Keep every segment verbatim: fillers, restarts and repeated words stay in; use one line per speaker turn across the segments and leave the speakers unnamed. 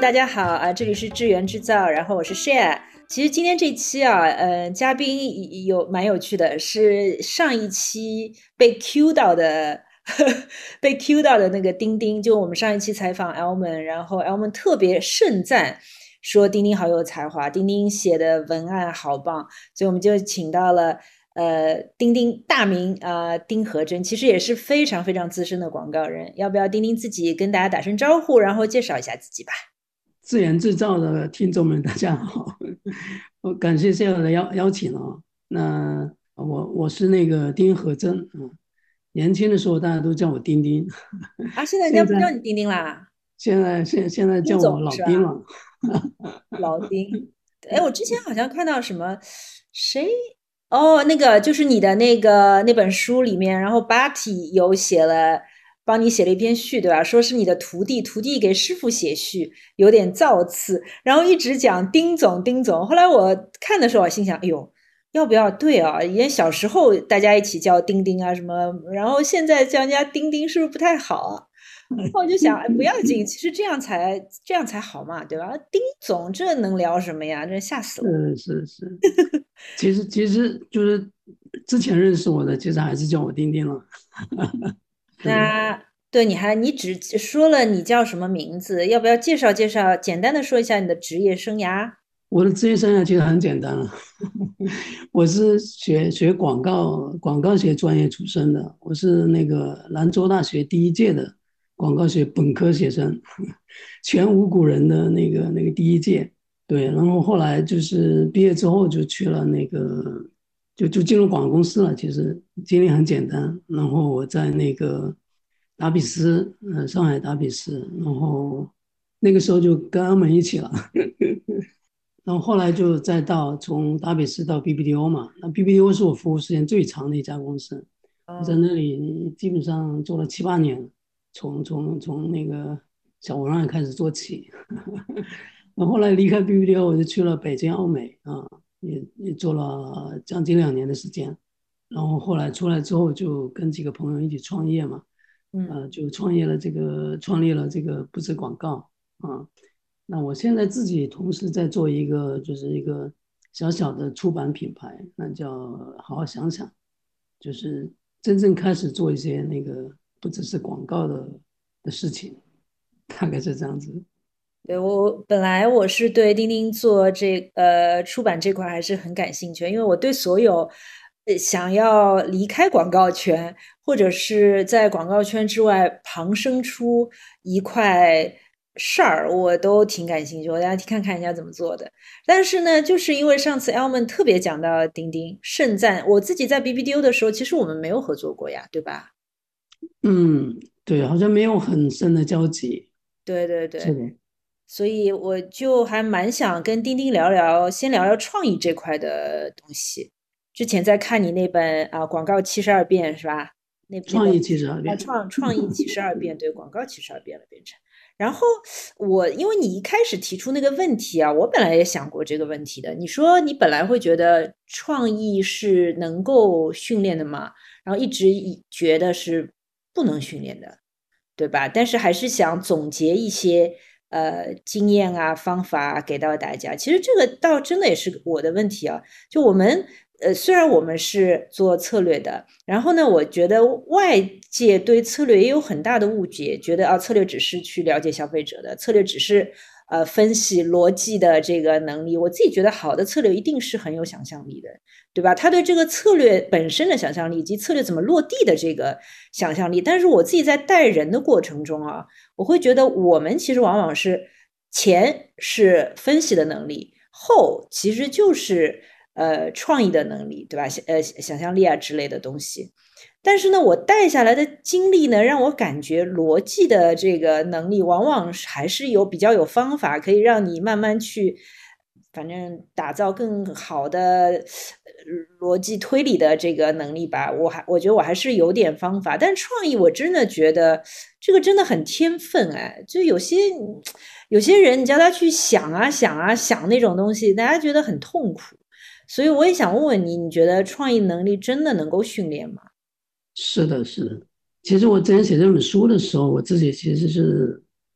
大家好啊，这里是智源制造，然后我是 Share。其实今天这期啊，呃，嘉宾有蛮有趣的，是上一期被 Q 到的，呵呵被 Q 到的那个丁丁，就我们上一期采访 Elman，然后 Elman 特别盛赞说丁丁好有才华，丁丁写的文案好棒，所以我们就请到了呃丁丁大名啊、呃、丁和珍，其实也是非常非常资深的广告人，要不要丁丁自己跟大家打声招呼，然后介绍一下自己吧？
自然制造的听众们，大家好，我感谢这样的邀邀请啊。那我我是那个丁和珍啊，年轻的时候大家都叫我丁丁，
啊，现在人家
现在
不叫你丁丁啦，
现在现现在
丁
叫我老丁
总是吧？
了。
老丁。哎，我之前好像看到什么谁哦，那个就是你的那个那本书里面，然后 Bati 有写了，帮你写了一篇序，对吧？说是你的徒弟，徒弟给师傅写序，有点造次，然后一直讲丁总，丁总。后来我看的时候，我心想，哎呦，要不要对啊？以前小时候大家一起叫丁丁啊什么，然后现在叫人家丁丁，是不是不太好啊？我就想，哎，不要紧，其实这样才这样才好嘛，对吧？丁总这能聊什么呀？这吓死了。
是是是，其实其实就是之前认识我的，其实还是叫我丁丁了。对。
那对你还你只说了你叫什么名字，要不要介绍介绍？简单的说一下你的职业生涯。
我的职业生涯其实很简单了，我是学学广告广告学专业出身的，我是那个兰州大学第一届的广告学本科学生，全无古人的那个那个第一届。对，然后后来就是毕业之后就去了那个就就进入广告公司了，其实经历很简单。然后我在那个达比斯，呃，上海达比斯，然后那个时候就跟他们一起了。然后后来就再到从达比斯到 B B D O 嘛，那 B B D O 是我服务时间最长的一家公司，我在
哦，
那里基本上做了七八年，从从从那个小文案开始做起。然后后来离开 B B D O，我就去了北京奥美啊，也也做了将近两年的时间。然后后来出来之后，就跟几个朋友一起创业嘛，
嗯。
呃，就创业了这个创立了这个不止广告啊。那我现在自己同时在做一个，就是一个小小的出版品牌，那叫好好想想，就是真正开始做一些那个不只是广告的的事情，大概是这样子。
对，我本来我是对钉钉做这呃出版这块还是很感兴趣的，因为我对所有呃想要离开广告圈，或者是在广告圈之外旁生出一块事儿，我都挺感兴趣，我大家看看人家怎么做的。但是呢，就是因为上次 Elman 特别讲到钉钉，盛赞我自己在 B B D O 的时候，其实我们没有合作过呀，对吧？
嗯，对，好像没有很深的交集。
对对对。
是的。
所以我就还蛮想跟丁丁聊聊，先聊聊创意这块的东西。之前在看你那本啊《广告七十二变》是吧？那那本
创意其实二
啊
变。
创创意七十二变，对，广告七十二变了变成。然后我因为你一开始提出那个问题啊，我本来也想过这个问题的。你说你本来会觉得创意是能够训练的吗？然后一直以觉得是不能训练的。对吧？但是还是想总结一些呃经验啊、方法啊给到大家。其实这个倒真的也是我的问题啊。就我们呃，虽然我们是做策略的，然后呢，我觉得外界对策略也有很大的误解，觉得啊，策略只是去了解消费者的，策略只是呃分析逻辑的这个能力。我自己觉得好的策略一定是很有想象力的。对吧？他对这个策略本身的想象力，以及策略怎么落地的这个想象力。但是我自己在带人的过程中啊，我会觉得我们其实往往是前是分析的能力，后其实就是呃创意的能力，对吧？呃想象力啊之类的东西。但是呢，我带下来的经历呢，让我感觉逻辑的这个能力，往往还是有比较有方法，可以让你慢慢去，反正打造更好的呃逻辑推理的这个能力吧。我还我觉得我还是有点方法，但创意我真的觉得这个真的很天分哎，就有些有些人你叫他去想啊想啊想那种东西，大家觉得很痛苦。所以我也想问问你，你觉得创意能力真的能够训练吗？
是的，是的。其实我之前写这本书的时候，我自己其实是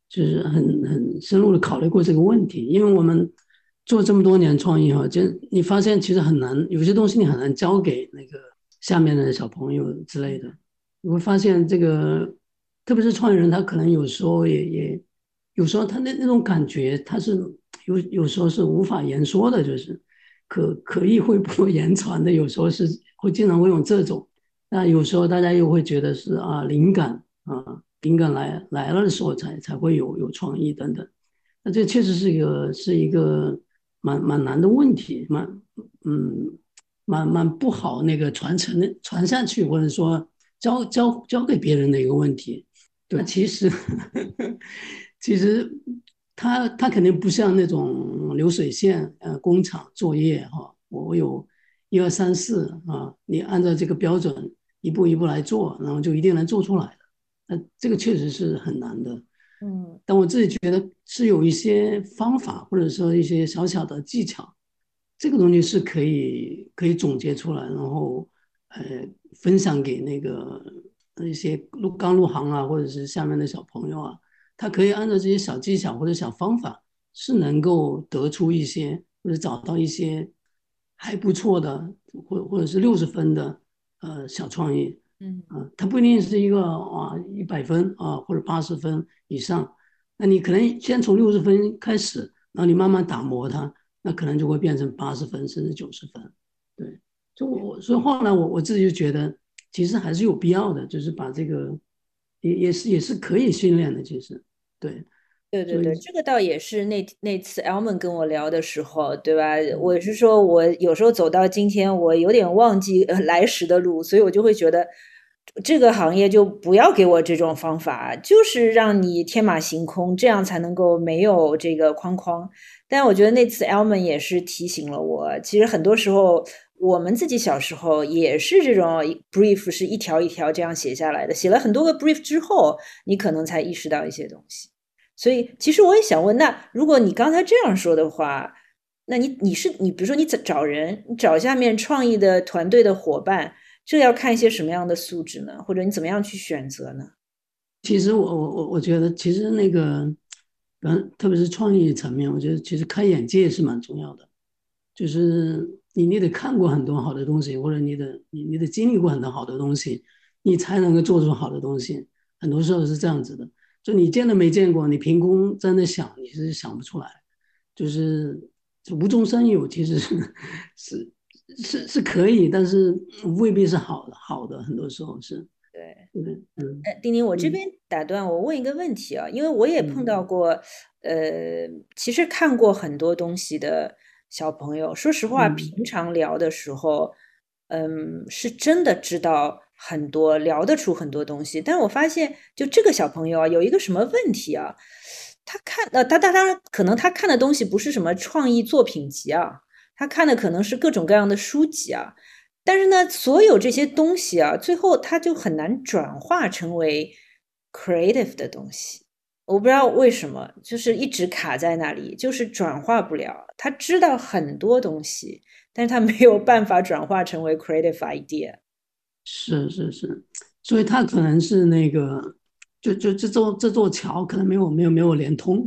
就是很很深入的考虑过这个问题，因为我们做这么多年创意哈，就你发现其实很难，有些东西你很难交给那个下面的小朋友之类的，你会发现这个，特别是创意人，他可能有时候也也有时候他那那种感觉，他是有有时候是无法言说的，就是可可意会不会言传的，有时候是会经常会用这种。那有时候大家又会觉得是啊灵感啊灵感来来了的时候才才会有有创意等等，那这确实是一个是一个蛮蛮难的问题，蛮嗯蛮蛮不好那个传承的传下去，或者说交交交给别人的一个问题。对，其实其实它它肯定不像那种流水线呃工厂作业哈，我有一二三四啊，你按照这个标准一步一步来做，然后就一定能做出来的。那这个确实是很难的。
嗯。
但我自己觉得是有一些方法，或者说一些小小的技巧，这个东西是可以可以总结出来，然后呃分享给那个一些入刚入行啊，或者是下面的小朋友啊，他可以按照这些小技巧或者小方法，是能够得出一些或者找到一些还不错的，或或者是六十分的呃小创意。
嗯。
啊，它不一定是一个啊一百分啊或者八十分以上，那你可能先从六十分开始，然后你慢慢打磨它，那可能就会变成八十分甚至九十分。对，就我所以后来我我自己就觉得，其实还是有必要的，就是把这个也也是也是可以训练的，其实对，所以
对对对，这个倒也是那那次 Elman 跟我聊的时候，对吧？我
嗯
是说，我有时候走到今天，我有点忘记呃来时的路，所以我就会觉得这个行业就不要给我这种方法，就是让你天马行空，这样才能够没有这个框框。但我觉得那次 Elman 也是提醒了我，其实很多时候我们自己小时候也是这种 brief 是一条一条这样写下来的，写了很多个 brief 之后，你可能才意识到一些东西。所以，其实我也想问，那如果你刚才这样说的话，那你你是你，比如说你找找人，你找下面创意的团队的伙伴，这要看一些什么样的素质呢？或者你怎么样去选择呢？
其实我我我我觉得，其实那个，嗯，特别是创意层面，我觉得其实开眼界是蛮重要的。就是你你得看过很多好的东西，或者你得你你得经历过很多好的东西，你才能够做出好的东西。很多时候是这样子的，就你见都没见过，你凭空在那想，你是想不出来。就是无中生有，其实是是是是可以，但是未必是好的好的，很多时候是，
对。
对不对？嗯
呃，丁丁，我这
嗯
边打断我问一个问题啊，因为我也碰
嗯
到过，呃，其实看过很多东西的小朋友，说实话，
嗯。
平常聊的时候，嗯，是真的知道很多，聊得出很多东西。但我发现，就这个小朋友啊，有一个什么问题啊？他看，呃，他他当然可能他看的东西不是什么创意作品集啊，他看的可能是各种各样的书籍啊。但是呢，所有这些东西啊，最后它就很难转化成为 creative 的东西。我不知道为什么，就是一直卡在那里，就是转化不了。他知道很多东西，但是他没有办法转化成为 creative idea。
是是是，所以他可能是那个，就就这座这座桥可能没有没有没有连通。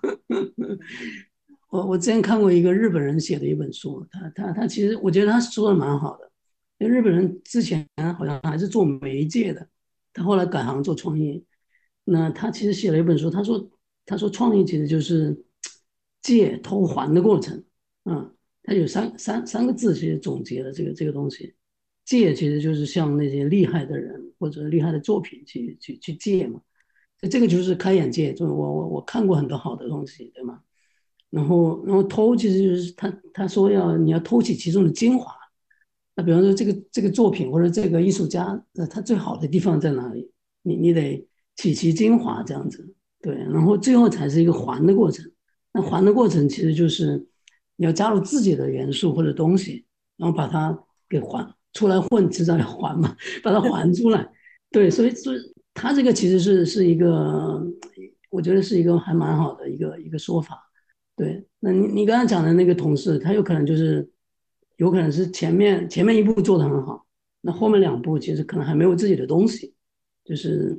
我我之前看过一个日本人写的一本书，他他他其实我觉得他说的蛮好的。因为日本人之前好像还是做媒介的，他后来改行做创意。那他其实写了一本书，他说他说创意其实就是借偷还的过程。嗯，他有三三三个字其实总结了这个这个东西。借其实就是向那些厉害的人或者厉害的作品去去去借嘛，这个就是开眼界，就是我我我看过很多好的东西，对吗？然后然后偷其实就是他他说要你要偷取其中的精华。那比方说这个这个作品或者这个艺术家，呃，他最好的地方在哪里？你你得取其精华这样子，对，然后最后才是一个还的过程。那还的过程其实就是你要加入自己的元素或者东西，然后把它给还出来混，迟早要还嘛，把它还出来。对，所以所以他这个其实是是一个，我觉得是一个还蛮好的一个一个说法。对，那你你刚才讲的那个同事，他有可能就是有可能是前面前面一步做得很好，那后面两步其实可能还没有自己的东西，就是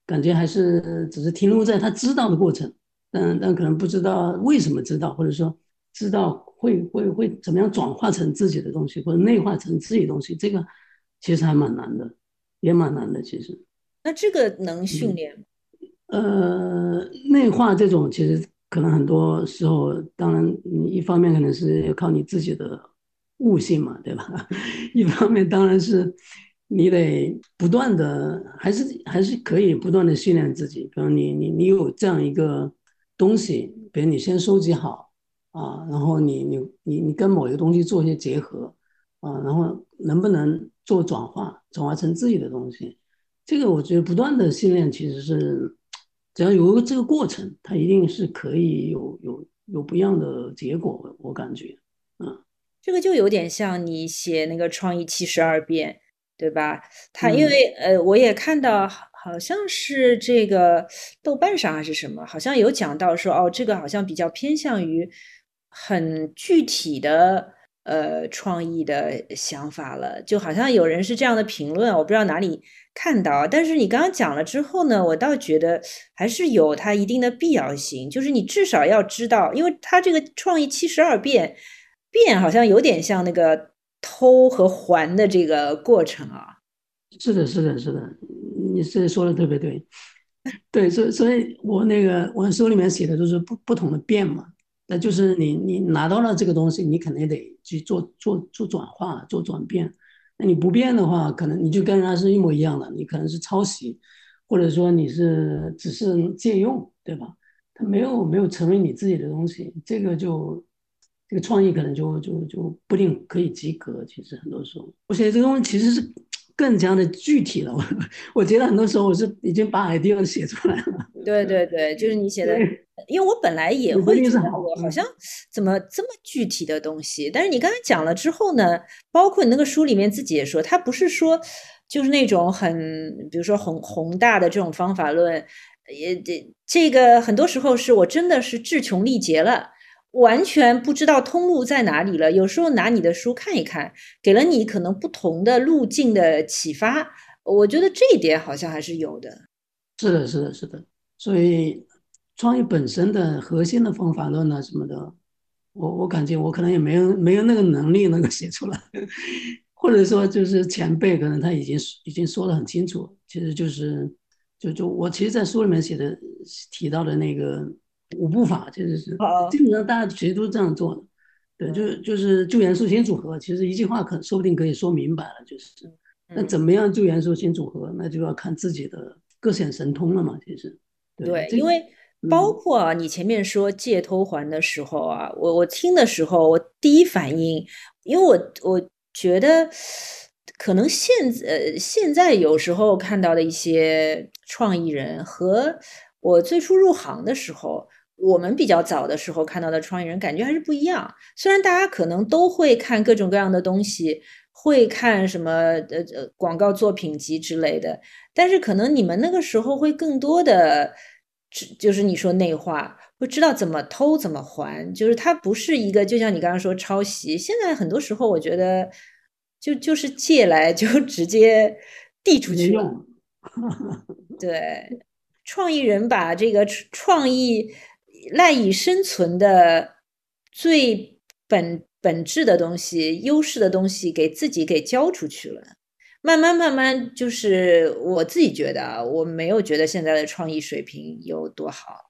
感觉还是只是停留在他知道的过程，但但可能不知道为什么知道，或者说知道会会会怎么样转化成自己的东西，或者内化成自己的东西，这个其实还蛮难的，也蛮难的，其实。
那这个能训
嗯。
练吗？
呃，内化这种其实可能很多时候，当然你一方面可能是靠你自己的悟性嘛，对吧？一方面当然是你得不断的，还是还是可以不断的训练自己。比如你你你有这样一个东西，比如你先收集好啊，然后你你你你跟某一个东西做一些结合啊，然后能不能做转化，转化成自己的东西。这个我觉得不断的训练其实是，只要有一个这个过程，它一定是可以有有有不一样的结果，我感觉。嗯
这个就有点像你写那个创意七十二变，对吧？它因
嗯，
为呃，我也看到好好像是这个豆瓣上还是什么，好像有讲到说，哦，这个好像比较偏向于很具体的呃创意的想法了，就好像有人是这样的评论，我不知道哪里看到。但是你刚刚讲了之后呢，我倒觉得还是有它一定的必要性，就是你至少要知道，因为它这个创意七十二变。变好像有点像那个偷和还的这个过程啊。
是的，是的，是的，你是说的特别对。对，所以所以我那个我书里面写的都是不不同的变嘛，那就
嗯，
是你你拿到了这个东西，你肯定得去做做做转化，做转变。那你不变的话，可能你就跟人家是一模一样的，你可能是抄袭，或者说你是只是借用，对吧？它没有没有成为你自己的东西，这个就这个创意可能就就就不一定可以及格。其实很多时候，我写这个东西其实是更加的具体了。我我觉得很多时候我是已经把 idea 写出来了。
对对对，就是你写的，
对，
因为我本来也
也不一
会觉得
定是好。
我好像
嗯
怎么这么具体的东西，但是你刚才讲了之后呢，包括你那个书里面自己也说，它不是说就是那种很，比如说宏宏大的这种方法论，也这这个很多时候是我真的是志穷力竭了。完全不知道通路在哪里了，有时候拿你的书看一看，给了你可能不同的路径的启发，我觉得这一点好像还是有的。
是的，是的，是的。所以创意本身的核心的方法论啊什么的，我我感觉我可能也没有没有那个能力能够写出来，或者说就是前辈可能他已经已经说得很清楚，其实就是就就我其实，在书里面写的提到的那个五步法，其实是基
哦，
本上大家其实都是这样做的。对，
嗯
就就是旧元素新组合，其实一句话可说不定可以说明白了，就是。那
嗯，
怎么样旧元素新组合，那就要看自己的各显神通了嘛。其实，对
对，
这个，
因为包
嗯，
括啊，你前面说借偷还的时候啊，我我听的时候，我第一反应，因为我我觉得可能现呃现在有时候看到的一些创意人和我最初入行的时候，我们比较早的时候看到的创意人，感觉还是不一样。虽然大家可能都会看各种各样的东西，会看什么呃呃广告作品集之类的。但是可能你们那个时候会更多的，就是你说内化，会知道怎么偷怎么还，就是它不是一个，就像你刚刚说抄袭，现在很多时候我觉得就就是借来就直接递出去了。
直接用。
对，创意人把这个创意赖以生存的最本本质的东西、优势的东西给自己给交出去了。慢慢慢慢，就是我自己觉得啊，我没有觉得现在的创意水平有多好。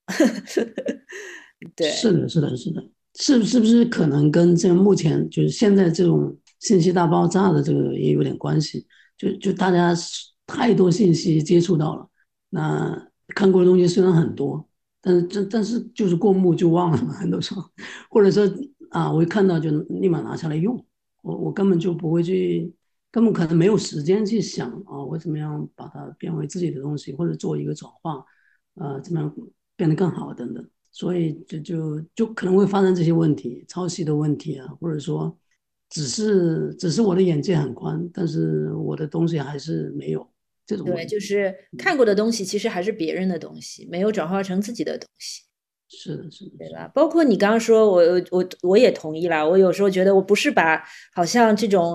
对，
是的，是的，是的，是是不是可能跟这个目前就是现在这种信息大爆炸的这个也有点关系？就就大家太多信息接触到了，那看过的东西虽然很多，但是这但是就是过目就忘了嘛，很多时候，或者说啊，我一看到就立马拿下来用，我我根本就不会去，根本可能没有时间去想啊，我怎么样把它变为自己的东西，或者做一个转化，呃，怎么样变得更好等等。所以就就就可能会发生这些问题，抄袭的问题啊，或者说只是只是我的眼界很宽，但是我的东西还是没有这种
对，
问题。
就是看过的东西其实还是别人的东西，没有转化成自己的东西。
是的，是的，是的，
对吧？包括你刚刚说，我我我也同意啦。我有时候觉得，我不是把好像这种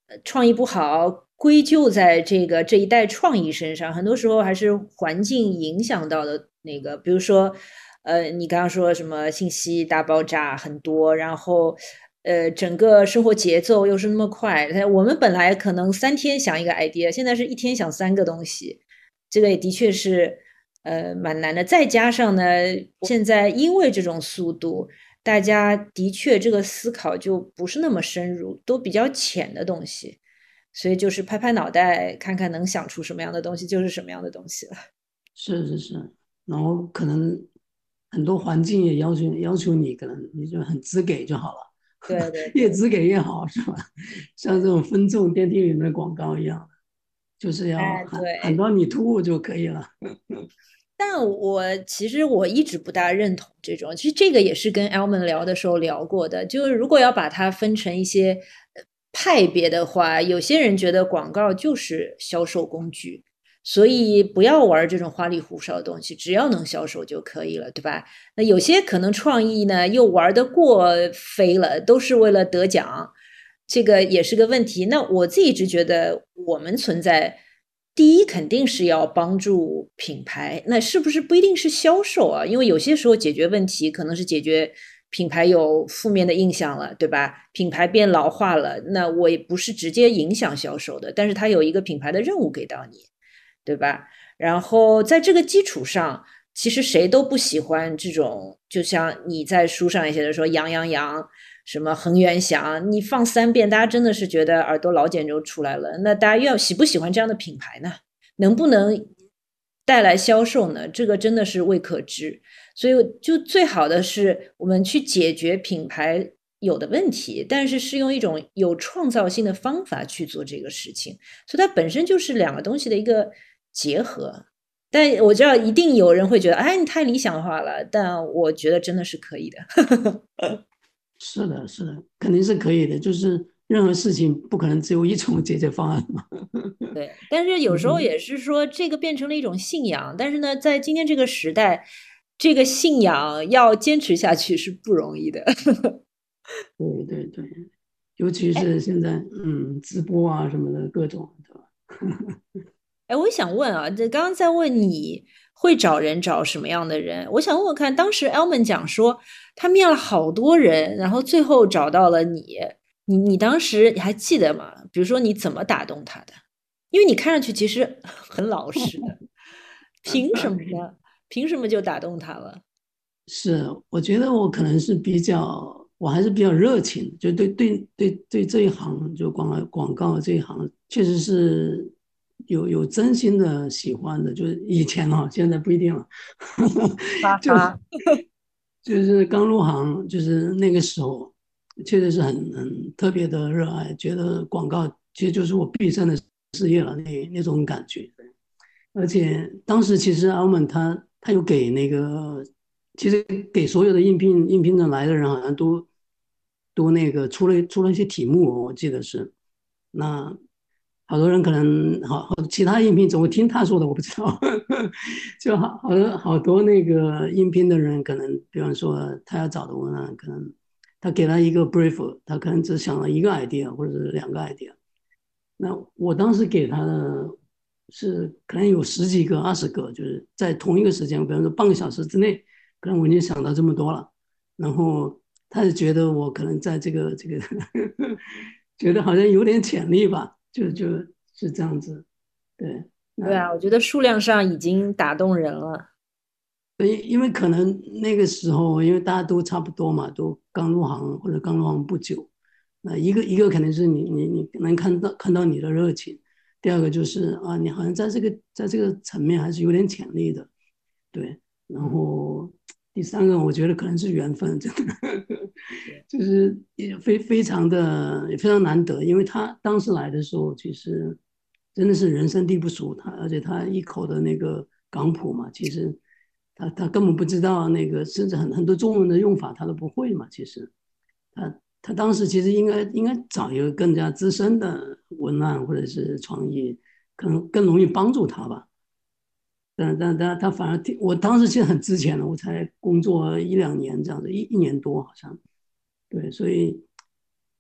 呃创意不好归咎在这个这一代创意身上，很多时候还是环境影响到的那个，比如说，呃，你刚刚说什么信息大爆炸很多，然后。呃，整个生活节奏又是那么快，我们本来可能三天想一个 idea，现在是一天想三个东西，这个也的确是呃蛮难的。再加上呢，现在因为这种速度，大家的确这个思考就不是那么深入，都比较浅的东西，所以就是拍拍脑袋，看看能想出什么样的东西就是什么样的东西了。
是是是，然后可能很多环境也要求要求你，可能你就很直给就好了，
对对对，
越直给越好，是吧？像这种分众电梯里面的广告一样，就是要
哎
喊喊
对。
到你突兀就可以了。
但我其实我一直不大认同这种，其实这个也是跟 Elman 聊的时候聊过的，就是如果要把它分成一些呃派别的话，有些人觉得广告就是销售工具，所以不要玩这种花里胡哨的东西，只要能销售就可以了，对吧？那有些可能创意呢又玩得过飞了，都是为了得奖，这个也是个问题。那我自己一直觉得我们存在。第一肯定是要帮助品牌，那是不是不一定是销售啊？因为有些时候解决问题可能是解决品牌有负面的印象了，对吧？品牌变老化了，那我也不是直接影响销售的，但是它有一个品牌的任务给到你，对吧？然后在这个基础上，其实谁都不喜欢这种，就像你在书上也写的说“羊羊羊”，什么恒源祥，你放三遍，大家真的是觉得耳朵老茧就出来了。那大家要喜不喜欢这样的品牌呢？能不能带来销售呢？这个真的是未可知。所以，就最好的是我们去解决品牌有的问题，但是是用一种有创造性的方法去做这个事情。所以它本身就是两个东西的一个结合。但我知道一定有人会觉得，哎，你太理想化了。但我觉得真的是可以的。
是的，是的，肯定是可以的。就是任何事情不可能只有一种解决方案嘛。
对，但是有时候
嗯，
也是说，这个变成了一种信仰。但是呢，在今天这个时代，这个信仰要坚持下去是不容易的。
对对对，尤其是现在，嗯，直播啊什么的各种，对吧？
哎，我想问啊，这刚刚在问你会找人找什么样的人？我想问问看，当时 Elman 讲说他面了好多人，然后最后找到了你，你你当时你还记得吗？比如说你怎么打动他的？因为你看上去其实很老实的，凭什么呢？凭什么就打动他了？
是，我觉得我可能是比较，我还是比较热情，就对对对对这一行，就广告广告这一行，确实是有有真心的喜欢的。就是以前啊，现在不一定了。就
哈哈。
就是刚入行，就是那个时候，确实是很很特别的热爱，觉得广告其实就是我毕生的事业了，那那种感觉。而且当时其实澳门他他有给那个，其实给所有的应聘应聘的来的人好像都都那个出了出了一些题目，我记得是。那好多人可能好好其他应聘怎么听他说的我不知道。就好好多好多那个应聘的人可能，比方说他要找的文案，可能他给了一个 brief，他可能只想了一个 idea 或者是两个 idea。那我当时给他的是可能有十几个、二十个，就是在同一个时间，比方说半个小时之内，可能我已经想到这么多了。然后他就觉得我可能在这个这个觉得好像有点潜力吧，就就是这样子。对，那
对啊，我觉得数量上已经打动人了。
因因为可能那个时候，因为大家都差不多嘛，都刚入行或者刚入行不久。那一个一个肯定是你你你能看到看到你的热情，第二个就是啊，你好像在这个在这个层面还是有点潜力的。对。然
嗯，
后第三个我觉得可能是缘分，真的。
对，
就是也非非常的也非常难得，因为他当时来的时候，其实真的是人生地不熟，他而且他一口的那个港普嘛，其实他他根本不知道那个，甚至很很多中文的用法他都不会嘛，其实他他当时其实应该应该找一个更加资深的文案或者是创意，可能更容易帮助他吧。但但但他反而挺，我当时其实很之前了，我才工作一两年这样子，一一年多好像。对，所以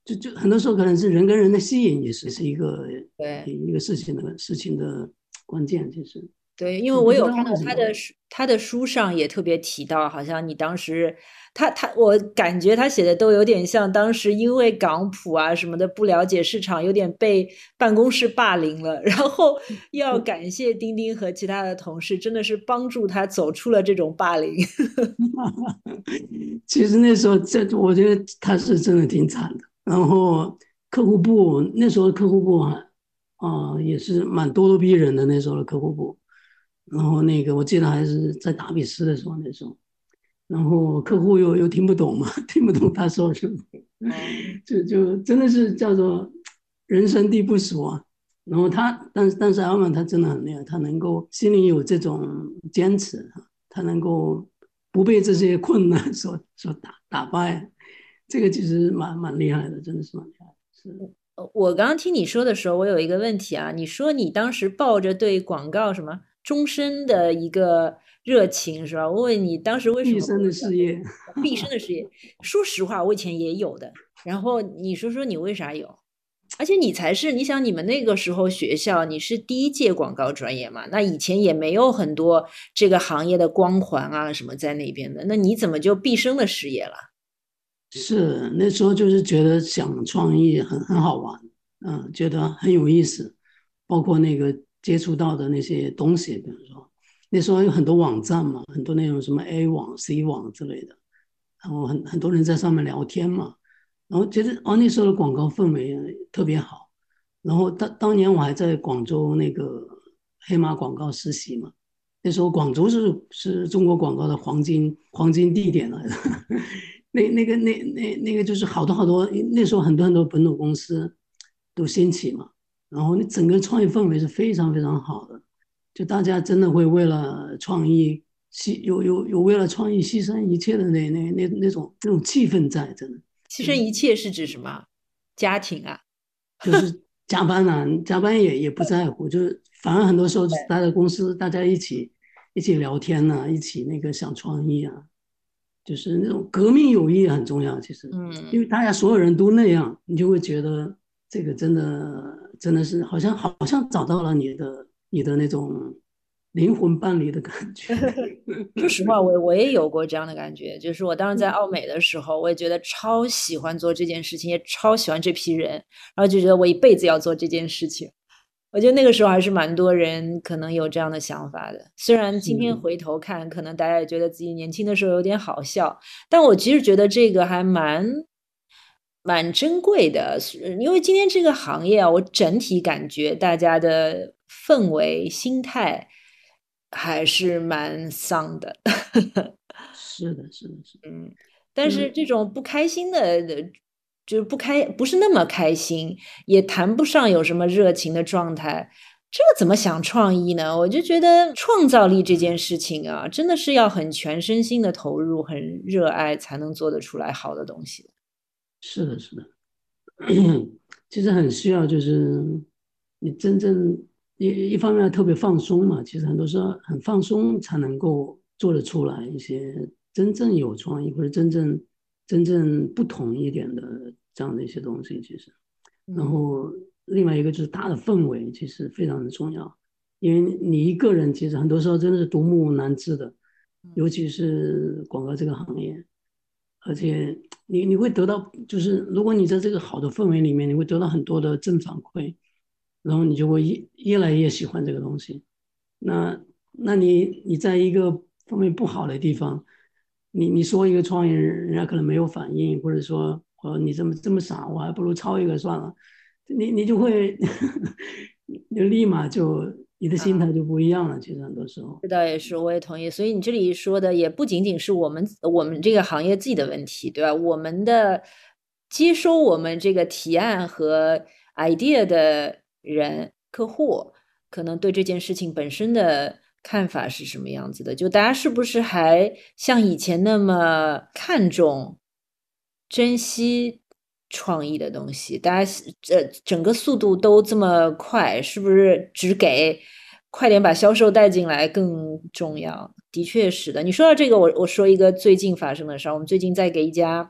就就很多时候可能是人跟人的吸引，也是是一个
对。
一个事情的事情的关键，其实
对，因为
我不知
我有看到
道为什么。
他的书，他的书上也特别提到，好像你当时，他他，我感觉他写的都有点像当时因为港普啊什么的不了解市场，有点被办公室霸凌了，然后要感谢钉钉和其他的同事，真的是帮助他走出了这种霸凌。
其实那时候这我觉得他是真的挺惨的。然后客户部那时候客户部啊，啊也是蛮咄咄逼人的那时候的客户部。然后那个我记得还是在打比斯的时候那时候，然后客户又又听不懂嘛，听不懂他说什么，
嗯，
就就真的是叫做人生地不熟啊。然后他，但是但是阿曼他真的很厉害，他能够心里有这种坚持，他能够不被这些困难所所打打败，这个其实蛮蛮厉害的，真的是蛮厉害的。是。
呃我刚刚听你说的时候，我有一个问题啊，你说你当时抱着对广告什么终身的一个热情是吧？我问你当时为什么会
毕生的事业。
毕生的事业？说实话，我以前也有的。然后你说说你为啥有？而且你才是，你想你们那个时候学校，你是第一届广告专业嘛？那以前也没有很多这个行业的光环啊什么在那边的，那你怎么就毕生的事业了？
是那时候就是觉得想创意很很好玩，嗯，觉得很有意思，包括那个接触到的那些东西，比如说那时候有很多网站嘛，很多那种什么 A 网、C 网之类的，然后很很多人在上面聊天嘛，然后觉得哦那时候的广告氛围特别好。然后当当年我还在广州那个黑马广告实习嘛，那时候广州是是中国广告的黄金黄金地点来的。那那个那那那个就是好多好多，那时候很多很多本土公司都兴起嘛，然后那整个创业氛围是非常非常好的，就大家真的会为了创意牺有有有为了创意牺牲一切的那那那那种那种气氛在，真的
牺牲
真的
一切是指什么？家庭啊？
就是加班啊，加班也也不在乎，就是反而很多时候是待在公司，大家一起一起聊天呐、一起那个想创意啊，就是那种革命友谊很重要。其实，因
嗯。
为大家所有人都那样，你就会觉得这个真的真的是好像好像找到了你的你的那种灵魂伴侣的感觉。
说实话，我我也有过这样的感觉，就是我当时在奥美的时候，我也觉得超喜欢做这件事情，也超喜欢这批人，然后就觉得我一辈子要做这件事情。我觉得那个时候还是蛮多人可能有这样的想法的，虽然今天
是
回头看，可能大家也觉得自己年轻的时候有点好笑，但我其实觉得这个还蛮蛮珍贵的，因为今天这个行业啊，我整体感觉大家的氛围、心态还是蛮丧的。
是的，是的，是的，
嗯，但是
就是
这种不开心的，就是不开，不是那么开心，也谈不上有什么热情的状态。这个怎么想创意呢？我就觉得创造力这件事情啊，真的是要很全身心的投入，很热爱才能做得出来好的东西。
是的，是的。其实很需要，就是你真正一一方面要特别放松嘛，其实很多时候很放松才能够做得出来一些真正有创意或者真正真正不同一点的这样的一些东西。其实，然
嗯
后另外一个就是大的氛围，其实非常的重要，因为你一个人其实很多时候真的是独木难支的，
嗯
尤其是广告这个行业。而且你你会得到，就是如果你在这个好的氛围里面，你会得到很多的正反馈，然后你就会越越来越喜欢这个东西。那那你你在一个氛围不好的地方，你你说一个创意人，人家可能没有反应，或者说，呃，你这么这么傻，我还不如抄一个算了。你你就会，你就立马就你的心态就不一样了。其实很多时候。
这倒也是，我也同意。所以你这里说的也不仅仅是我们我们这个行业自己的问题，对吧？我们的接收我们这个提案和 idea 的人，客户，可能对这件事情本身的看法是什么样子的？就大家是不是还像以前那么看重、珍惜创意的东西？大家这整个速度都这么快，是不是只给快点把销售带进来更重要？的确是的。你说到这个，我我说一个最近发生的事儿。我们最近在给一家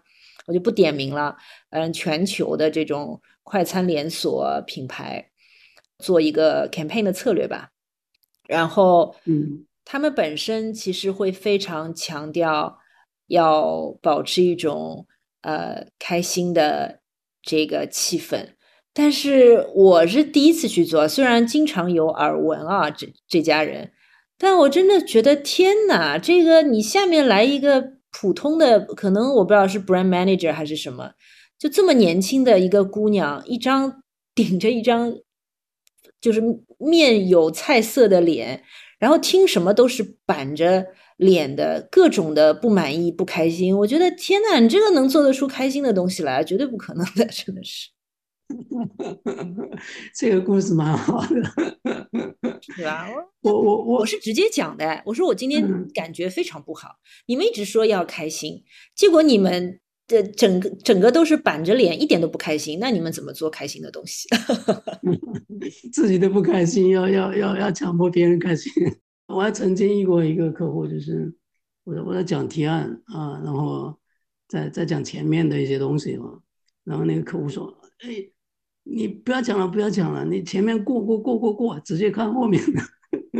我就不点名了，嗯，全球的这种快餐连锁品牌做一个 campaign 的策略吧。然后，
嗯
他们本身其实会非常强调要保持一种呃开心的这个气氛。但是我是第一次去做，虽然经常有耳闻啊，这这家人，但我真的觉得天呐，这个你下面来一个普通的，可能我不知道是 brand manager 还是什么，就这么年轻的一个姑娘，一张顶着一张就是面有菜色的脸，然后听什么都是板着脸的，各种的不满意、不开心。我觉得天呐，你这个能做得出开心的东西来，绝对不可能的，真的是。
这个故事蛮好的。
是吧？我
我我我，
我是直接讲的，我说我今天
嗯，
感觉非常不好，你们一直说要开心，结果你们的整个整个都是板着脸，一点都不开心，那你们怎么做开心的东西？
自己都不开心，要要要要强迫别人开心。我还曾经遇过一个客户，就是我在我在讲提案啊，然后在在讲前面的一些东西嘛，然后那个客户说：“哎，你不要讲了，不要讲了，你前面过过过过过，直接看后面的。”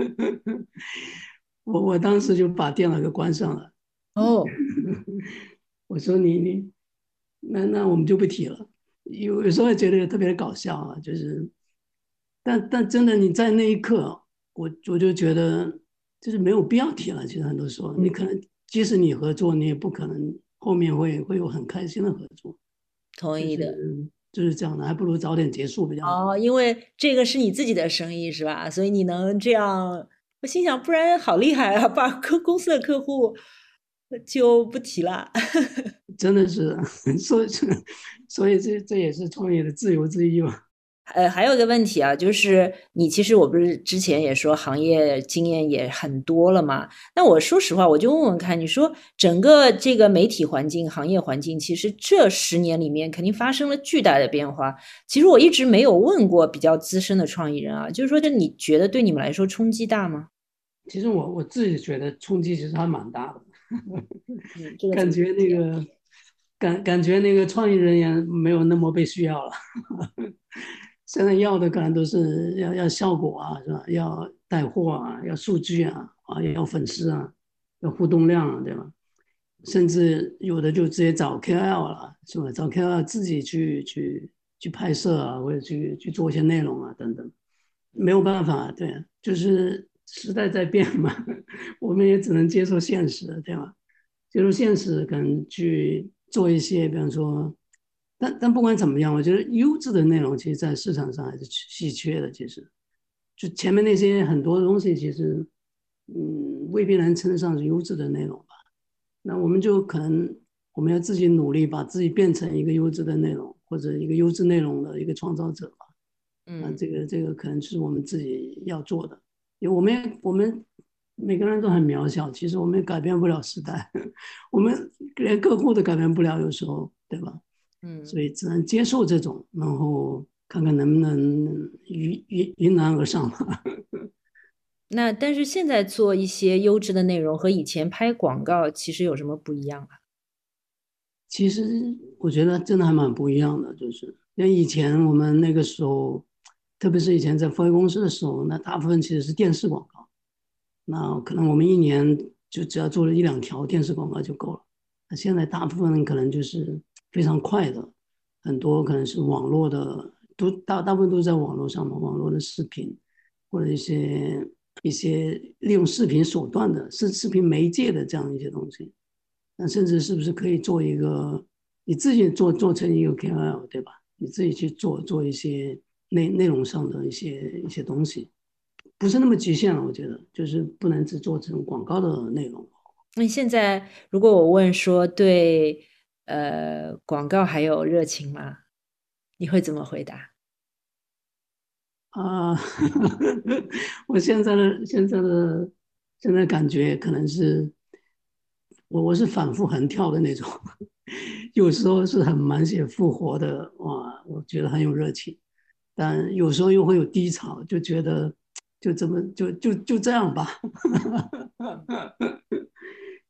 我我当时就把电脑给关上了。
哦，
我说你你，那那我们就不提了。有有时候会觉得特别的搞笑啊，就是，但但真的你在那一刻，我我就觉得就是没有必要提了。其实很多时候，你可
嗯，
能即使你合作，你也不可能后面会会有很开心的合作，就是
同意的。
就是这样的，还不如早点结束比较好。
哦，因为这个是你自己的生意是吧？所以你能这样，我心想，不然好厉害啊，把客公司的客户就不提了。
真的是，所以所以这这也是创业的自由之一嘛。
呃，还有一个问题啊，就是你其实我不是之前也说行业经验也很多了嘛？那我说实话，我就问问看，你说整个这个媒体环境、行业环境，其实这十年里面肯定发生了巨大的变化。其实我一直没有问过比较资深的创意人啊，就是说，这你觉得对你们来说冲击大吗？
其实我我自己觉得冲击其实还蛮大的。
嗯，这个怎么
感觉那
理解？
个感感觉那个创意人员没有那么被需要了。现在要的可能都是要要效果啊，是吧？要带货啊，要数据啊，啊，要粉丝啊，要互动量啊，对吧？甚至有的就直接找 K O L 了，是吧？找 K O L 自己去去去拍摄啊，或者去去做一些内容啊，等等。没有办法，对，就是时代在变嘛。我们也只能接受现实，对吧？接受现实，可能去做一些，比方说，但但不管怎么样，我觉得优质的内容，其实在市场上还是稀缺的。其实，就前面那些很多东西，其实，嗯，未必能称得上是优质的内容吧。那我们就可能我们要自己努力，把自己变成一个优质的内容，或者一个优质内容的一个创造者吧。那
嗯。
这个这个可能是我们自己要做的，因为我们我们每个人都很渺小，其实我们也改变不了时代。我们连客户都改变不了，有时候，对吧？
嗯，
所以只能接受这种，然后看看能不能迎迎迎难而上吧。
那但是现在做一些优质的内容和以前拍广告其实有什么不一样啊？
其实我觉得真的还蛮不一样的，就是因为以前我们那个时候，特别是以前在富威公司的时候，那大部分其实是电视广告。那可能我们一年就只要做了一两条电视广告就够了。那现在大部分可能就是非常快的，很多可能是网络的，都大大部分都在网络上嘛，网络的视频或者一些一些利用视频手段的视视频媒介的这样一些东西。那甚至是不是可以做一个你自己做做成一个 K O L， 对吧？你自己去做做一些内内容上的一些一些东西。不是那么局限了，我觉得就是不能只做成广告的内容。
那现在如果我问说对呃广告还有热情吗？你会怎么回答？
啊。我现在的现在的现在感觉可能是我我是反复横跳的那种。有时候是很满血复活的，哇，我觉得很有热情，但有时候又会有低潮，就觉得就这么就就就这样吧。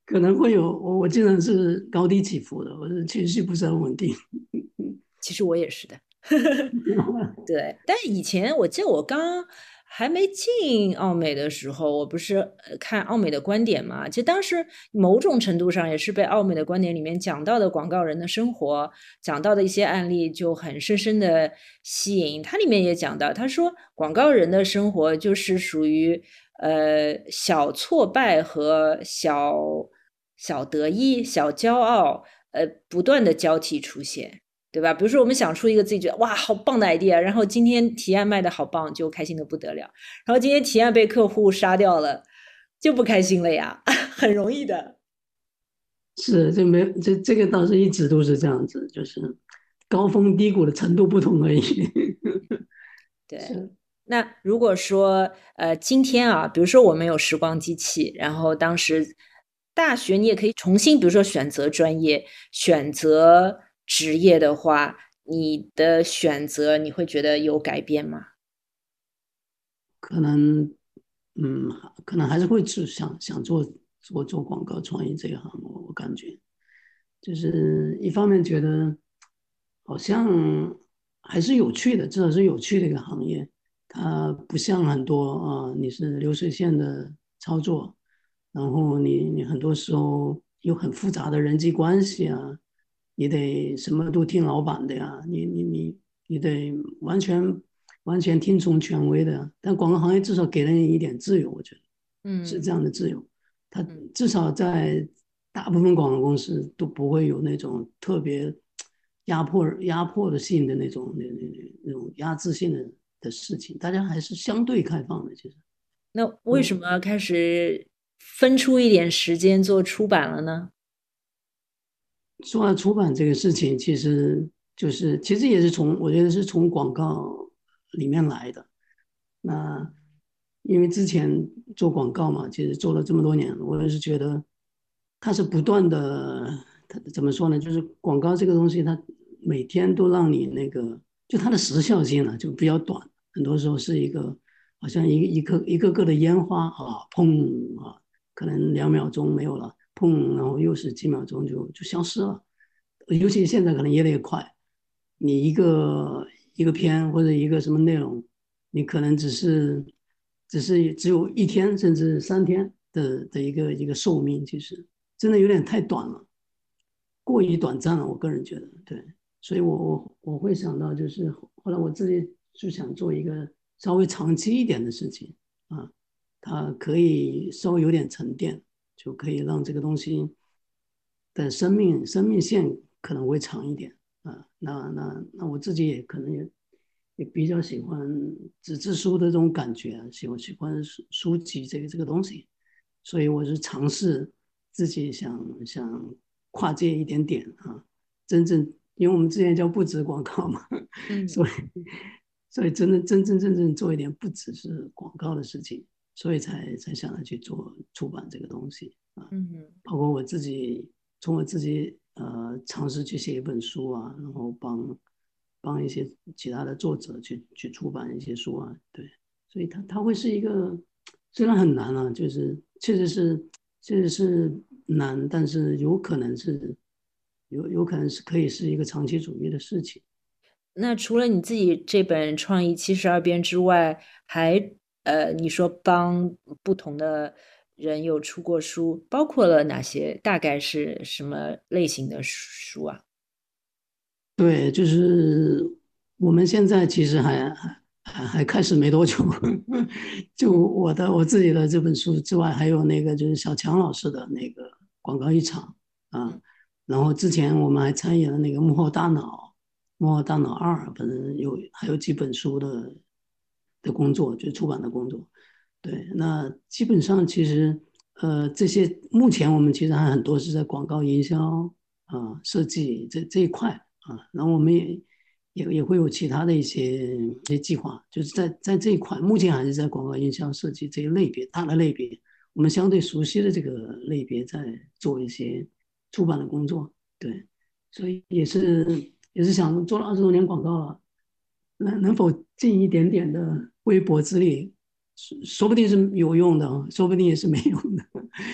可能会有我我经常是高低起伏的，我的情绪不是很稳定。
其实我也是的。对，但以前我记得我刚还没进奥美的时候，我不是呃看奥美的观点嘛？其实当时某种程度上也是被奥美的观点里面讲到的广告人的生活，讲到的一些案例就很深深的吸引。它里面也讲到，他说广告人的生活就是属于呃小挫败和小小得意、小骄傲，呃不断的交替出现。对吧？比如说，我们想出一个自己觉得哇好棒的 idea，然后今天提案卖的好棒，就开心的不得了。然后今天提案被客户杀掉了，就不开心了呀，很容易的。
是，这没这这个倒是一直都是这样子，就是高峰低谷的程度不同而已。
对，
是。
那如果说呃今天啊，比如说我们有时光机器，然后当时大学你也可以重新，比如说选择专业、选择职业的话，你的选择你会觉得有改变吗？
可能，嗯，可能还是会去想想做做做广告创意这一行，我我感觉，就是一方面觉得好像还是有趣的，至少是有趣的一个行业，它不像很多啊、你是流水线的操作，然后你你很多时候有很复杂的人际关系啊，你得什么都听老板的呀，你你你你得完全完全听从权威的。但广告行业至少给了你一点自由，我觉得是这
嗯
样的自由。它
嗯
至少在大部分广告公司都不会有那种特别压迫压迫的性的那种那那那种压制性的的事情，大家还是相对开放的。其实，
那为什
嗯，
么开始分出一点时间做出版了呢？
说到出版这个事情，其实就是其实也是从我觉得是从广告里面来的。那因为之前做广告嘛，其实做了这么多年，我也是觉得它是不断的，它怎么说呢？就是广告这个东西，它每天都让你那个，就它的时效性呢就比较短，很多时候是一个好像一一颗一个个的烟花啊，砰啊，可能两秒钟没有了，砰，然后又是几秒钟就就消失了。尤其现在可能越来越快，你一个一个片或者一个什么内容。你可能只是只是只有一天甚至三天的的一个一个寿命，其实真的有点太短了，过于短暂了。我个人觉得，对，所以我我我会想到，就是后来我自己就想做一个稍微长期一点的事情啊，它可以稍微有点沉淀，就可以让这个东西的生命生命线可能会长一点啊。那那那我自己也可能也也比较喜欢纸质书的这种感觉啊，喜欢喜欢书书籍这个这个东西，所以我是尝试自己想想跨界一点点啊，真正因为我们之前叫不止广告嘛，
嗯
所以所以真的真真正正做一点不只是广告的事情，所以才才想要去做出版这个东西啊。
嗯
包括我自己，从我自己呃尝试去写一本书啊，然后帮帮一些其他的作者去去出版一些书啊，对，所以它它会是一个虽然很难啊，就是确实是确实是难，但是有可能是有有可能是可以是一个长期主义的事情。
那除了你自己这本《创意七十二变》之外，还呃，你说帮不同的人有出过书，包括了哪些？大概是什么类型的书啊？
对，就是我们现在其实还还还开始没多久，就
嗯
我的我自己的这本书之外，还有那个就是小强老师的那个广告一场啊，
嗯
然后之前我们还参与了那个幕后大脑、幕后大脑二，反正有还有几本书的的工作，就出版的工作。对，那基本上其实呃这些目前我们其实还很多是在广告营销啊、设计这这一块。啊，然后我们也也也会有其他的一些一些计划，就是在在这一块，目前还是在广告营销设计这一类别大的类别，我们相对熟悉的这个类别，在做一些出版的工作，对，所以也是也是想做了二十多年广告了，能能否尽一点点的微薄之力，说说不定是有用的，说不定也是没用的，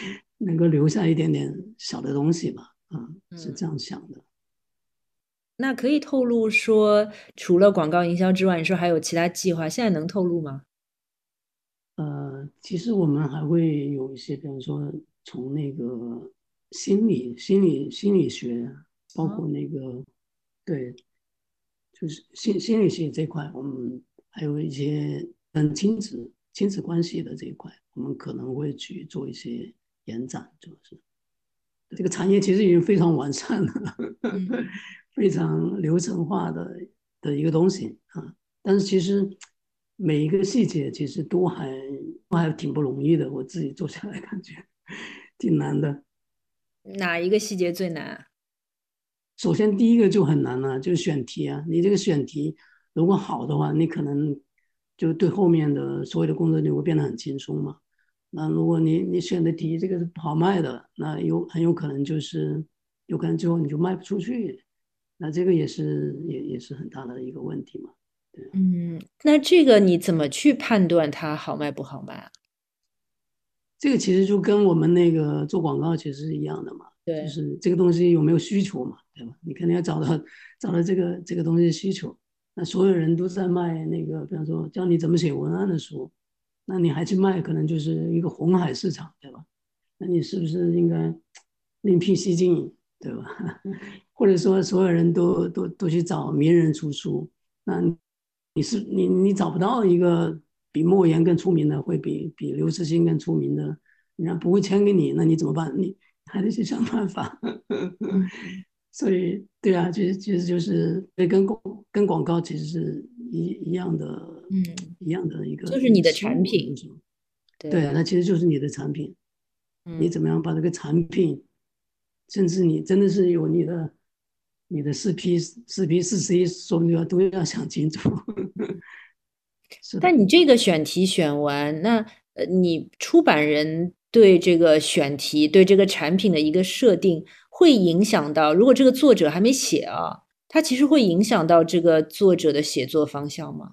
能够留下一点点小的东西吧，啊，是
嗯，
这样想的。
那可以透露说，除了广告营销之外，你说还有其他计划，现在能透露吗？
呃，其实我们还会有一些，比方说从那个心理、心理、心理学，包
哦，
括那个，对，就是心心理学这一块，我们还有一些跟亲子亲子关系的这一块，我们可能会去做一些延展，就是这个产业其实已经非常完善了，
嗯。
非常流程化的的一个东西啊。但是其实每一个细节其实都还都还挺不容易的，我自己做下来感觉挺难的。
哪一个细节最难啊？
首先第一个就很难了，就是选题啊。你这个选题如果好的话，你可能就对后面的所有的工作就会变得很轻松嘛。那如果你你选的题这个是不好卖的，那有很有可能就是有可能最后你就卖不出去，那这个也是也也是很大的一个问题嘛。对。
嗯，那这个你怎么去判断它好卖不好卖啊？
这个其实就跟我们那个做广告其实是一样的嘛，就
对，
是这个东西有没有需求嘛，对吧？你肯定要找到找到这个这个东西的需求。那所有人都在卖那个，比方说教你怎么写文案的书，那你还去卖，可能就是一个红海市场，对吧？那你是不是应该另辟蹊径，对吧？或者说所有人都都都去找名人出书，那你是你你找不到一个比莫言更出名的，会比比刘慈欣更出名的，人家不会签给你，那你怎么办？你还得去想办法。
嗯
所以，对啊，其实其实就是跟广跟广告其实是一一样的，
嗯，
一样的一个
就是你的
一个思路，就
产品，
是说，对，
对吧？
那其实就是你的产品，你
嗯，
怎么样把这个产品，甚至你真的是有你的你的四 P 四 P 四 C，说不定要都要想清楚。是的。
但你这个选题选完，那呃，你出版人对这个选题、对这个产品的一个设定，会影响到，如果这个作者还没写啊，它其实会影响到这个作者的写作方向吗？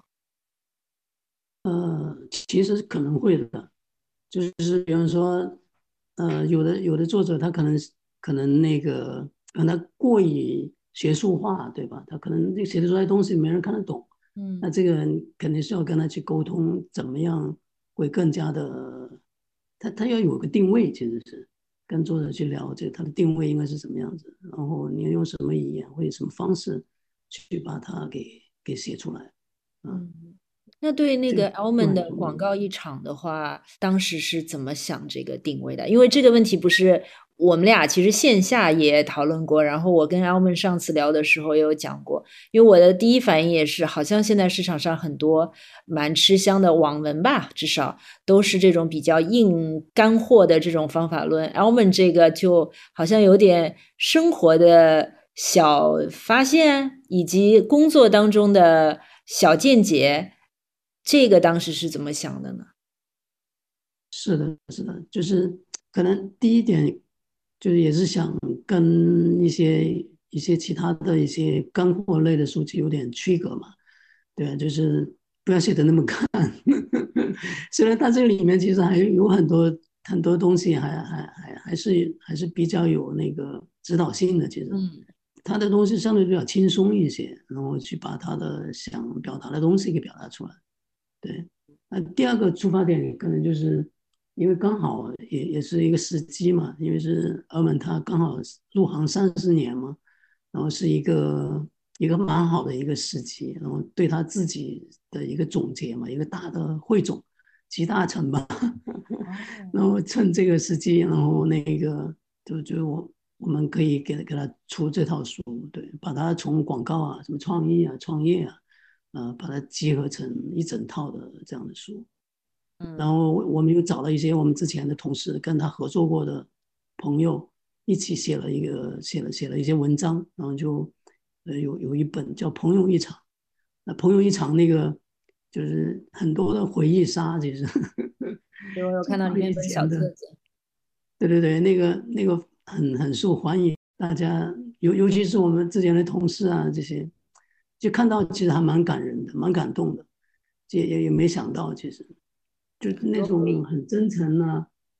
呃，其实可能会的，就是比方说，呃，有的有的作者他可能可能那个让他过于学术化，对吧？他可能这写的出来东西没人看得懂，那
嗯
这个肯定是要跟他去沟通，怎么样会更加的，他他要有个定位，其实是跟作者去了解他的定位应该是什么样子，然后你用什么语言或者什么方式去把它给给写出来，啊，
嗯。那对那个
这个就
Almond 的
很重要。
广告一场的话，当时是怎么想这个定位的？因为这个问题不是我们俩其实线下也讨论过，然后我跟 Almond 上次聊的时候也有讲过，因为我的第一反应也是，好像现在市场上很多蛮吃香的网文吧，至少都是这种比较硬干货的这种方法论。Almond 这个就好像有点生活的小发现，以及工作当中的小见解，这个当时是怎么想的呢？
是的，是的，就是可能第一点就是也是想跟一些一些其他的一些干货类的书籍有点区隔嘛，对啊，就是不要写的那么干。虽然它这个里面其实还有很多很多东西还还还还是还是比较有那个指导性的，其实
嗯
他的东西相对比较轻松一些，然后去把他的想表达的东西给表达出来。对，那第二个出发点可能就是因为刚好也也是一个时机嘛，因为是澳门他刚好入行三十年嘛，然后是一个一个蛮好的一个时机，然后对他自己的一个总结嘛，一个大的汇总集大成吧，
哦，
然后趁这个时机，然后那个就就我我们可以给给他出这套书，对，把它从广告啊、什么创意啊、创业啊。呃，把它集合成一整套的这样的书。然
嗯
后我们又找了一些我们之前的同事，跟他合作过的朋友，一起写了一个写了写了一些文章，然后就呃有有一本叫《朋友一场》。那《朋友一场》那个就是很多的回忆杀，其实
对，我有看到里
就把以
面有本小
前的，
册子。
对对对，那个那个很很受欢迎，大家尤尤其是我们之前的同事啊，这些就看到其实还蛮感人的，蛮感动的，也也也没想到，其实就那
多回忆。
种很真诚啊，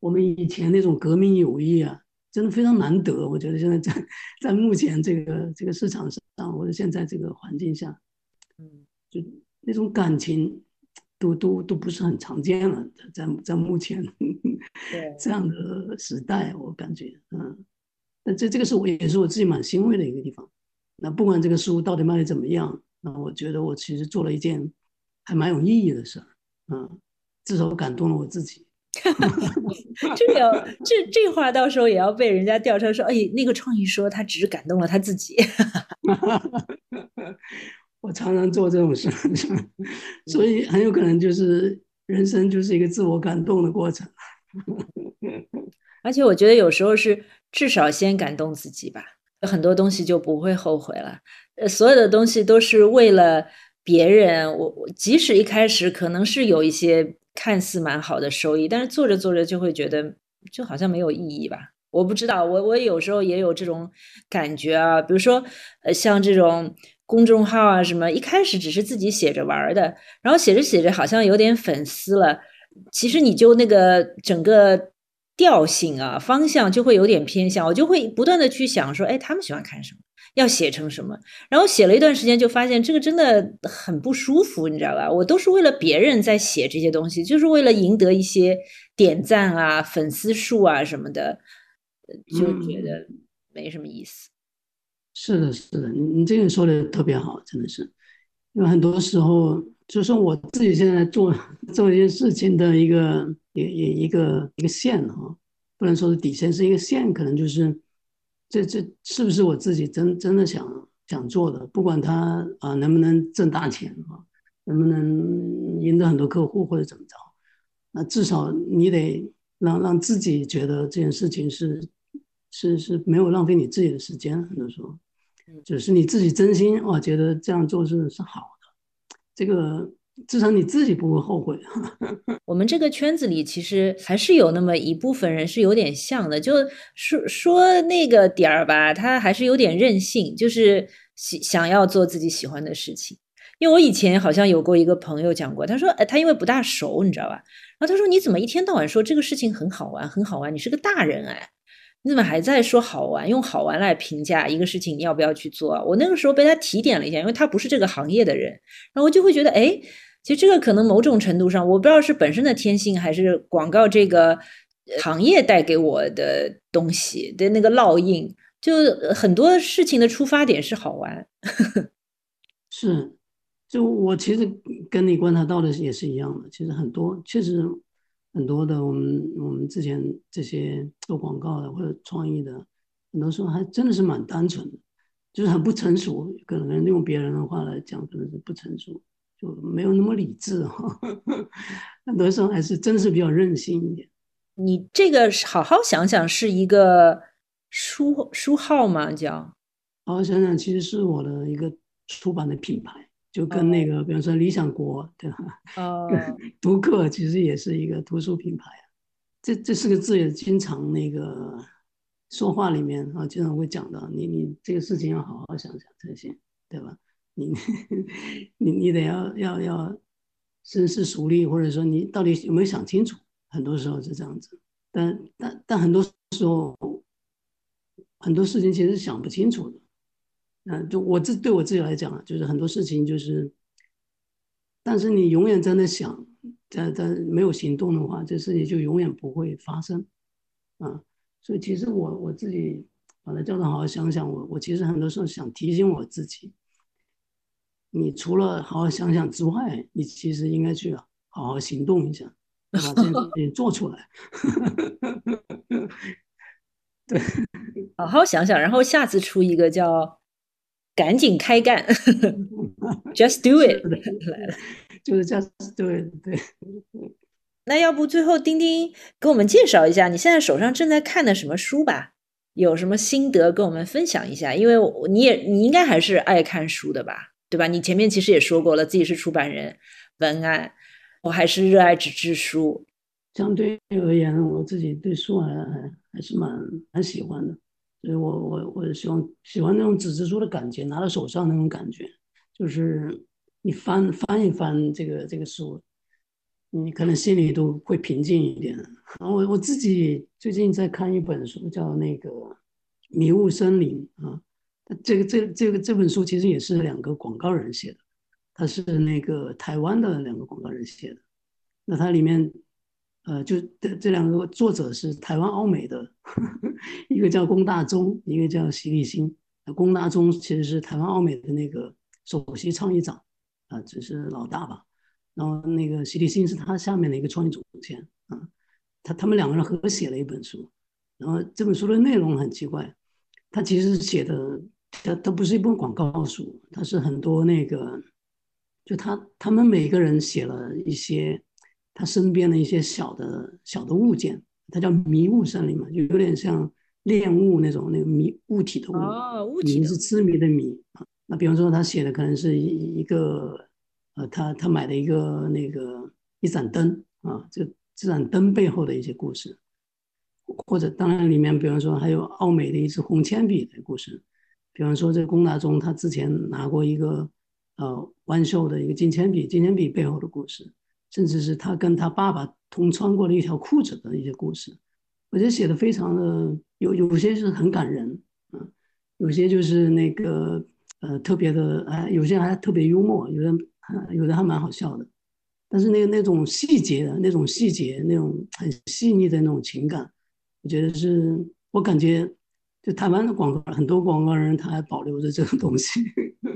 我们以前那种革命友谊啊，真的非常难得。我觉得现在在在目前这个这个市场上，或者现在这个环境下，
嗯，
就那种感情都都都不是很常见了，在在目前
对。
这样的时代，我感觉，嗯，那这这个是我也是我自己蛮欣慰的一个地方。那不管这个书到底卖的怎么样，那我觉得我其实做了一件还蛮有意义的事儿，嗯，至少感动了我自己。
这个要这这话到时候也要被人家调查说，哎，那个创意说他只是感动了他自己。
我常常做这种事，所
嗯，
以很有可能就是人生就是一个自我感动的过程。
而且我觉得有时候是至少先感动自己吧，很多东西就不会后悔了。呃，所有的东西都是为了别人，我我即使一开始可能是有一些看似蛮好的收益，但是做着做着就会觉得就好像没有意义吧。我不知道，我我有时候也有这种感觉啊，比如说，呃，像这种公众号啊什么，一开始只是自己写着玩的，然后写着写着好像有点粉丝了，其实你就那个整个调性啊方向就会有点偏向，我就会不断的去想说，哎，他们喜欢看什么，要写成什么，然后写了一段时间就发现这个真的很不舒服，你知道吧？我都是为了别人在写这些东西，就是为了赢得一些点赞啊、粉丝数啊什么的，就觉
嗯，
得没什么意思。
是的，是的，你你这个说的特别好，真的是，因为很多时候就是我自己现在做做一件事情的一个也也一个一个线哈，不能说是底线，是一个线，可能就是这这是不是我自己真真的想想做的，不管他啊能不能挣大钱啊，能不能赢得很多客户或者怎么着，那至少你得让让自己觉得这件事情是是是没有浪费你自己的时间，很多时候。只是你自己真心哦，觉得这样做是是好的，这个至少你自己不会后悔。
我们这个圈子里其实还是有那么一部分人是有点像的，就说说那个点儿吧，他还是有点任性，就是喜想要做自己喜欢的事情。因为我以前好像有过一个朋友讲过，他说，哎，他因为不大熟，你知道吧？然后他说，你怎么一天到晚说这个事情很好玩，很好玩？你是个大人哎，你怎么还在说好玩？用好玩来评价一个事情，你要不要去做啊？我那个时候被他提点了一下，因为他不是这个行业的人，然后我就会觉得，哎。其实这个可能某种程度上，我不知道是本身的天性，还是广告这个行业带给我的东西的那个烙印。就很多事情的出发点是好玩。
是，就我其实跟你观察到的也是一样的。其实很多，确实很多的，我们我们之前这些做广告的或者创意的，很多时候还真的是蛮单纯的，就是很不成熟。可能用别人的话来讲，可能是不成熟，就没有那么理智哈。很多时候还是真的是比较任性一点。
你这个好好想想，是一个书书号吗？叫
好好想想，其实是我的一个出版的品牌，就跟那
哦
个，比方说理想国，对吧？
哦，
读客其实也是一个图书品牌啊。这这四个字也经常那个说话里面啊，经常会讲到你你这个事情要好好想想才行，对吧？你你你得要要要深思熟虑，或者说你到底有没有想清楚？很多时候是这样子，但但但很多时候很多事情其实是想不清楚的。嗯，就我自对我自己来讲啊，就是很多事情就是，但是你永远在那想，在在没有行动的话，这事情就永远不会发生啊。所以其实我我自己把它叫做好好想想，我我其实很多时候想提醒我自己，你除了好好想想之外，你其实应该去好好行动一下，要把这件事情做出来。对，
好好想想，然后下次出一个叫“赶紧开干”，just do
是
it
的，
来了。
就是这样，对对。
那要不最后丁丁给我们介绍一下你现在手上正在看的什么书吧？有什么心得跟我们分享一下？因为我你也你应该还是爱看书的吧，对吧？你前面其实也说过了，自己是出版人，文案，我还是热爱纸质书。
相对而言，我自己对书还还还是蛮蛮喜欢的，所以我我我喜欢喜欢那种纸质书的感觉，拿到手上那种感觉，就是你翻翻一翻这个这个书， 你可能心里都会平静一点。然后我我自己最近在看一本书，叫那个《迷雾森林》啊，这个这这个这本书其实也是两个广告人写的，他是那个台湾的两个广告人写的。那它里面，呃，就这这两个作者是台湾奥美的，一个叫龚大中，一个叫席立新。龚大中其实是台湾奥美的那个首席创意长，啊、呃，只是老大吧。然后那个席立新是他下面的一个创意总监，啊、呃，他他们两个人合写了一本书。然后这本书的内容很奇怪，他其实写的，他他不是一本广告书，他是很多那个，就他他们每个人写了一些他身边的一些小的小的物件，它叫迷雾森林嘛，就有点像恋物那种那个迷物体的物，
哦，物体
迷
的，
是痴迷的迷啊。那比方说他写的可能是一一个呃，他他买的一个那个一盏灯啊，这这盏灯背后的一些故事。或者当然里面，比方说还有奥美的一支红铅笔的故事，比方说这个龚大中他之前拿过一个呃万秀的一个金铅笔，金铅笔背后的故事，甚至是他跟他爸爸同穿过的一条裤子的一些故事，我觉得写的非常的有有些是很感人，嗯、呃，有些就是那个呃特别的，哎、呃，有些还特别幽默，有的、呃、有的还蛮好笑的，但是那个那种细节的那种细节，那种很细腻的那种情感。我觉得是我感觉，就台湾的广告，很多广告人他还保留着这个东西，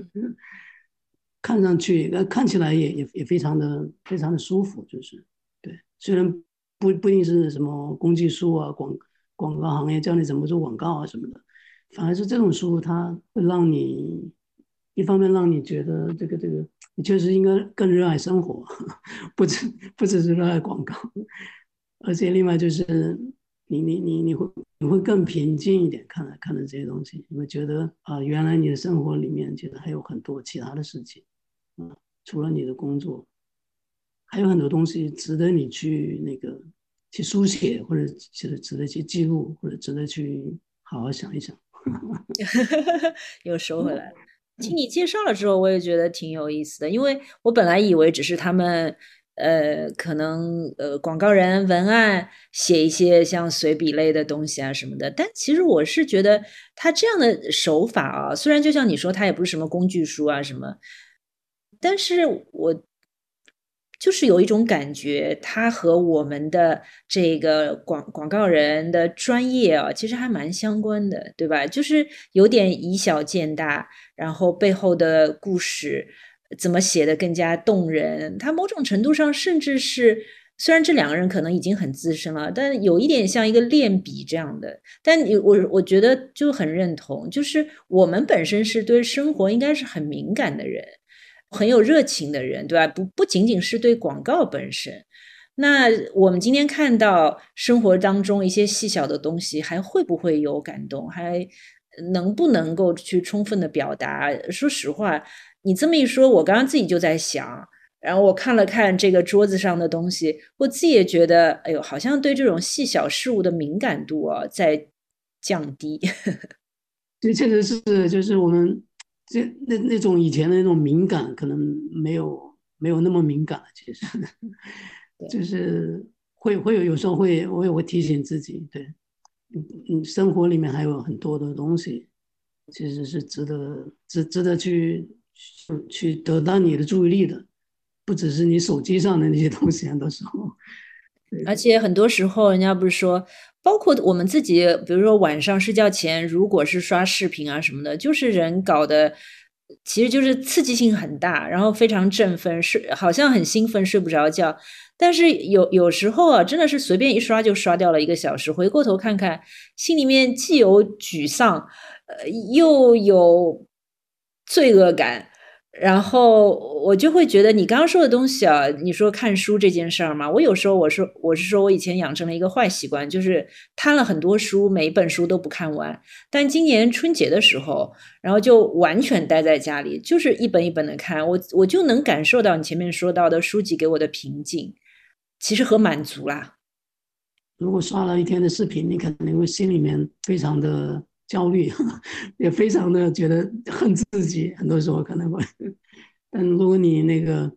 看上去呃看起来也也也非常的非常的舒服，就是对，虽然不不一定是什么工具书啊，广广告行业教你怎么做广告啊什么的，反而是这种书，它会让你一方面让你觉得这个这个你确实应该更热爱生活，不只不只是热爱广告，而且另外就是你你你你会你会更平静一点看了看了这些东西，你会觉得啊、呃原来你的生活里面其实还有很多其他的事情，啊、除了你的工作，还有很多东西值得你去那个去书写，或者值得值得去记录，或者值得去好好想一想。
又收回来了。听你介绍了之后，我也觉得挺有意思的，因为我本来以为只是他们，呃，可能呃广告人文案写一些像随笔类的东西啊什么的，但其实我是觉得他这样的手法啊，虽然就像你说，他也不是什么工具书啊什么，但是我就是有一种感觉，它和我们的这个广广告人的专业啊，其实还蛮相关的，对吧？就是有点以小见大，然后背后的故事怎么写的更加动人。它某种程度上甚至是，虽然这两个人可能已经很资深了，但有一点像一个练笔这样的。但你我我觉得就很认同，就是我们本身是对生活应该是很敏感的人。很有热情的人，对吧？不不仅仅是对广告本身。那我们今天看到生活当中一些细小的东西，还会不会有感动？还能不能够去充分的表达？说实话，你这么一说，我刚刚自己就在想，然后我看了看这个桌子上的东西，我自己也觉得，哎呦，好像对这种细小事物的敏感度啊在降低。
这确实是，就是我们这那那种以前的那种敏感，可能没有没有那么敏感了。其实，就是会会有有时候会我也会提醒自己，对，嗯嗯，生活里面还有很多的东西，其实是值得值值得去去得到你的注意力的，不只是你手机上的那些东西，很多时候，对
而且很多时候，人家不是说，包括我们自己，比如说晚上睡觉前，如果是刷视频啊什么的，就是人搞的，其实就是刺激性很大，然后非常振奋，睡好像很兴奋，睡不着觉。但是有有时候啊，真的是随便一刷就刷掉了一个小时，回过头看看，心里面既有沮丧，呃，又有罪恶感。然后我就会觉得你刚刚说的东西啊，你说看书这件事儿嘛，我有时候我说我是说我以前养成了一个坏习惯，就是摊了很多书，每一本书都不看完。但今年春节的时候，然后就完全待在家里，就是一本一本的看，我我就能感受到你前面说到的书籍给我的平静，其实和满足啦。
如果刷了一天的视频，你可能会心里面非常的焦虑，也非常的觉得恨自己，很多时候可能会。但如果你那个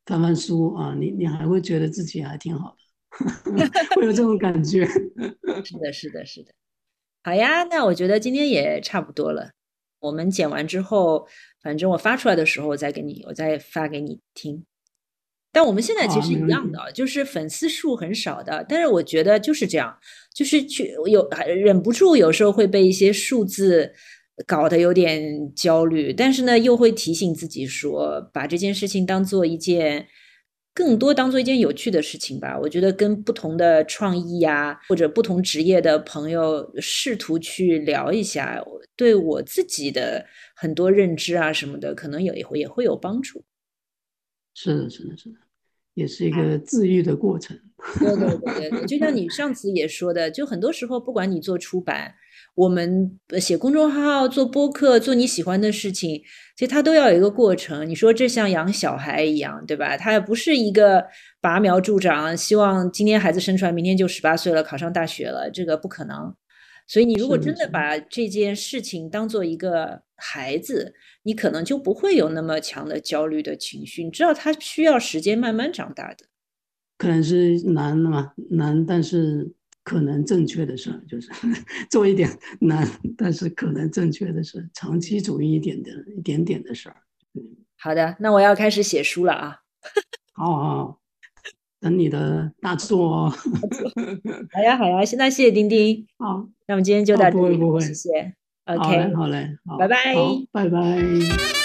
翻翻书啊，你你还会觉得自己还挺好的，会有这种感觉。
是的，是的，是的。好呀，那我觉得今天也差不多了。我们剪完之后，反正我发出来的时候，我再给你，我再发给你听。但我们现在
好啊，
其实
没问题。
一样的，就是粉丝数很少的，但是我觉得就是这样，就是去有忍不住有时候会被一些数字搞得有点焦虑，但是呢，又会提醒自己说，把这件事情当做一件更多当做一件有趣的事情吧。我觉得跟不同的创意呀、或者不同职业的朋友试图去聊一下，对我自己的很多认知啊什么的，可能有也会也会有帮助。
是的，是的，是的，也是一个治愈的过程。
对对对对对，就像你上次也说的，就很多时候，不管你做出版，我们呃写公众号、做播客、做你喜欢的事情，其实它都要有一个过程。你说这像养小孩一样，对吧？它也不是一个拔苗助长，希望今天孩子生出来，明天就十八岁了，考上大学了，这个不可能。所以你如果
是的，
真的
是的，
把这件事情当做一个孩子，你可能就不会有那么强的焦虑的情绪。你知道他需要时间慢慢长大的。
可能是难的嘛，难，但是可能正确的事儿，就是做一点难，但是可能正确的事，长期主义一点的一点点的事儿。嗯，
好的，那我要开始写书了啊。
好好好，等你的大作哦。
好呀，好呀，那谢谢丁丁，
好，
那我们今天就
好，
到这
不会
里了，
不会，
谢谢
好嘞
，OK，
好嘞，
拜拜。
好好，拜拜。